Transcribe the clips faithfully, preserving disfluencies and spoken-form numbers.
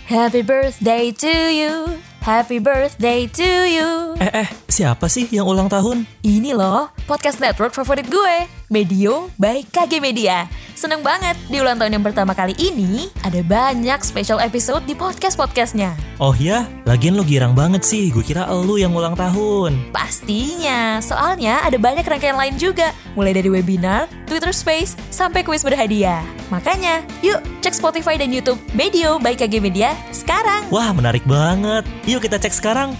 Happy birthday to you, happy birthday to you. Eh, eh, siapa sih yang ulang tahun? Ini loh, podcast network favorit gue, Medio by K G Media. Seneng banget, di ulang tahun yang pertama kali ini, ada banyak special episode di podcast-podcastnya. Oh ya? Lagian lo girang banget sih, gue kira elu yang ulang tahun. Pastinya, soalnya ada banyak rangkaian lain juga. Mulai dari webinar, Twitter Space, sampai kuis berhadiah. Makanya, yuk cek Spotify dan YouTube Medio by K G Media sekarang. Wah, menarik banget. Yuk kita cek sekarang.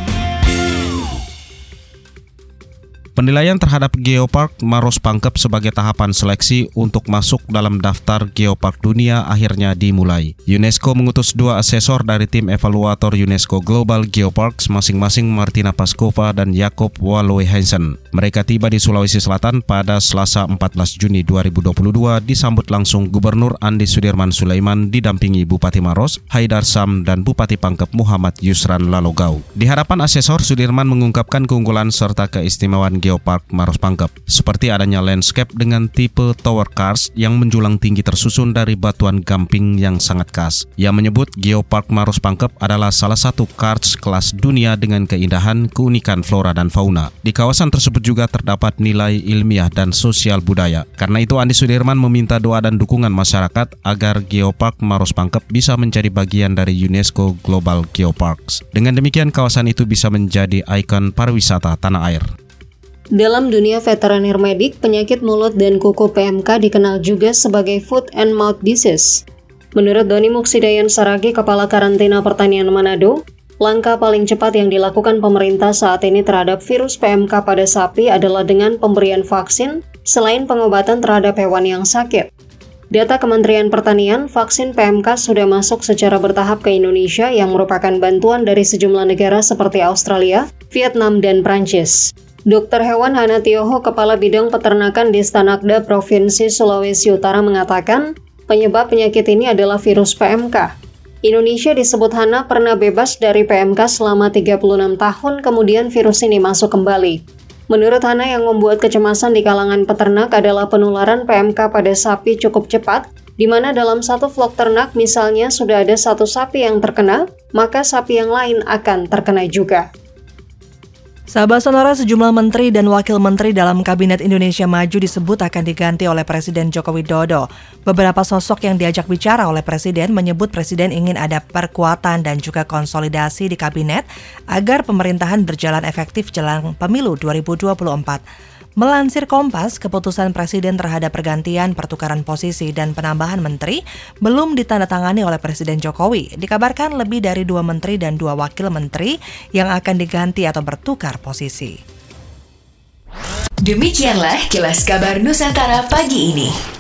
Penilaian terhadap Geopark Maros Pangkep sebagai tahapan seleksi untuk masuk dalam daftar Geopark dunia akhirnya dimulai. UNESCO mengutus dua asesor dari tim evaluator UNESCO Global Geoparks, masing-masing Martina Paskova dan Jakob Waloe Hansen. Mereka tiba di Sulawesi Selatan pada Selasa empat belas Juni dua ribu dua puluh dua, disambut langsung Gubernur Andi Sudirman Sulaiman didampingi Bupati Maros, Haidar Sam, dan Bupati Pangkep Muhammad Yusran Lalogau. Di hadapan asesor, Sudirman mengungkapkan keunggulan serta keistimewaan Geopark Maros Pangkep, seperti adanya landscape dengan tipe tower karst yang menjulang tinggi tersusun dari batuan gamping yang sangat khas. Ia menyebut Geopark Maros Pangkep adalah salah satu karst kelas dunia dengan keindahan, keunikan flora dan fauna. Di kawasan tersebut juga terdapat nilai ilmiah dan sosial budaya. Karena itu Andi Sudirman meminta doa dan dukungan masyarakat agar Geopark Maros Pangkep bisa menjadi bagian dari UNESCO Global Geoparks. Dengan demikian kawasan itu bisa menjadi ikon pariwisata tanah air. Dalam dunia veteranir medik, penyakit mulut dan kuku P M K dikenal juga sebagai foot and mouth disease. Menurut Doni Muksidayan Saragi, Kepala Karantina Pertanian Manado, langkah paling cepat yang dilakukan pemerintah saat ini terhadap virus P M K pada sapi adalah dengan pemberian vaksin selain pengobatan terhadap hewan yang sakit. Data Kementerian Pertanian, vaksin P M K sudah masuk secara bertahap ke Indonesia yang merupakan bantuan dari sejumlah negara seperti Australia, Vietnam, dan Prancis. Dokter Hewan Hana Tioho, Kepala Bidang Peternakan di Stanakda Provinsi Sulawesi Utara mengatakan, penyebab penyakit ini adalah virus P M K. Indonesia disebut Hana pernah bebas dari P M K selama tiga puluh enam tahun, kemudian virus ini masuk kembali. Menurut Hana, yang membuat kecemasan di kalangan peternak adalah penularan P M K pada sapi cukup cepat, di mana dalam satu vlog ternak misalnya sudah ada satu sapi yang terkena, maka sapi yang lain akan terkena juga. Sahabat Sonora, sejumlah menteri dan wakil menteri dalam Kabinet Indonesia Maju disebut akan diganti oleh Presiden Joko Widodo. Beberapa sosok yang diajak bicara oleh Presiden menyebut Presiden ingin ada perkuatan dan juga konsolidasi di Kabinet agar pemerintahan berjalan efektif jelang pemilu dua ribu dua puluh empat. Melansir Kompas, keputusan Presiden terhadap pergantian pertukaran posisi dan penambahan menteri belum ditandatangani oleh Presiden Jokowi. Dikabarkan lebih dari dua menteri dan dua wakil menteri yang akan diganti atau bertukar posisi. Demikianlah Kilas Kabar Nusantara pagi ini.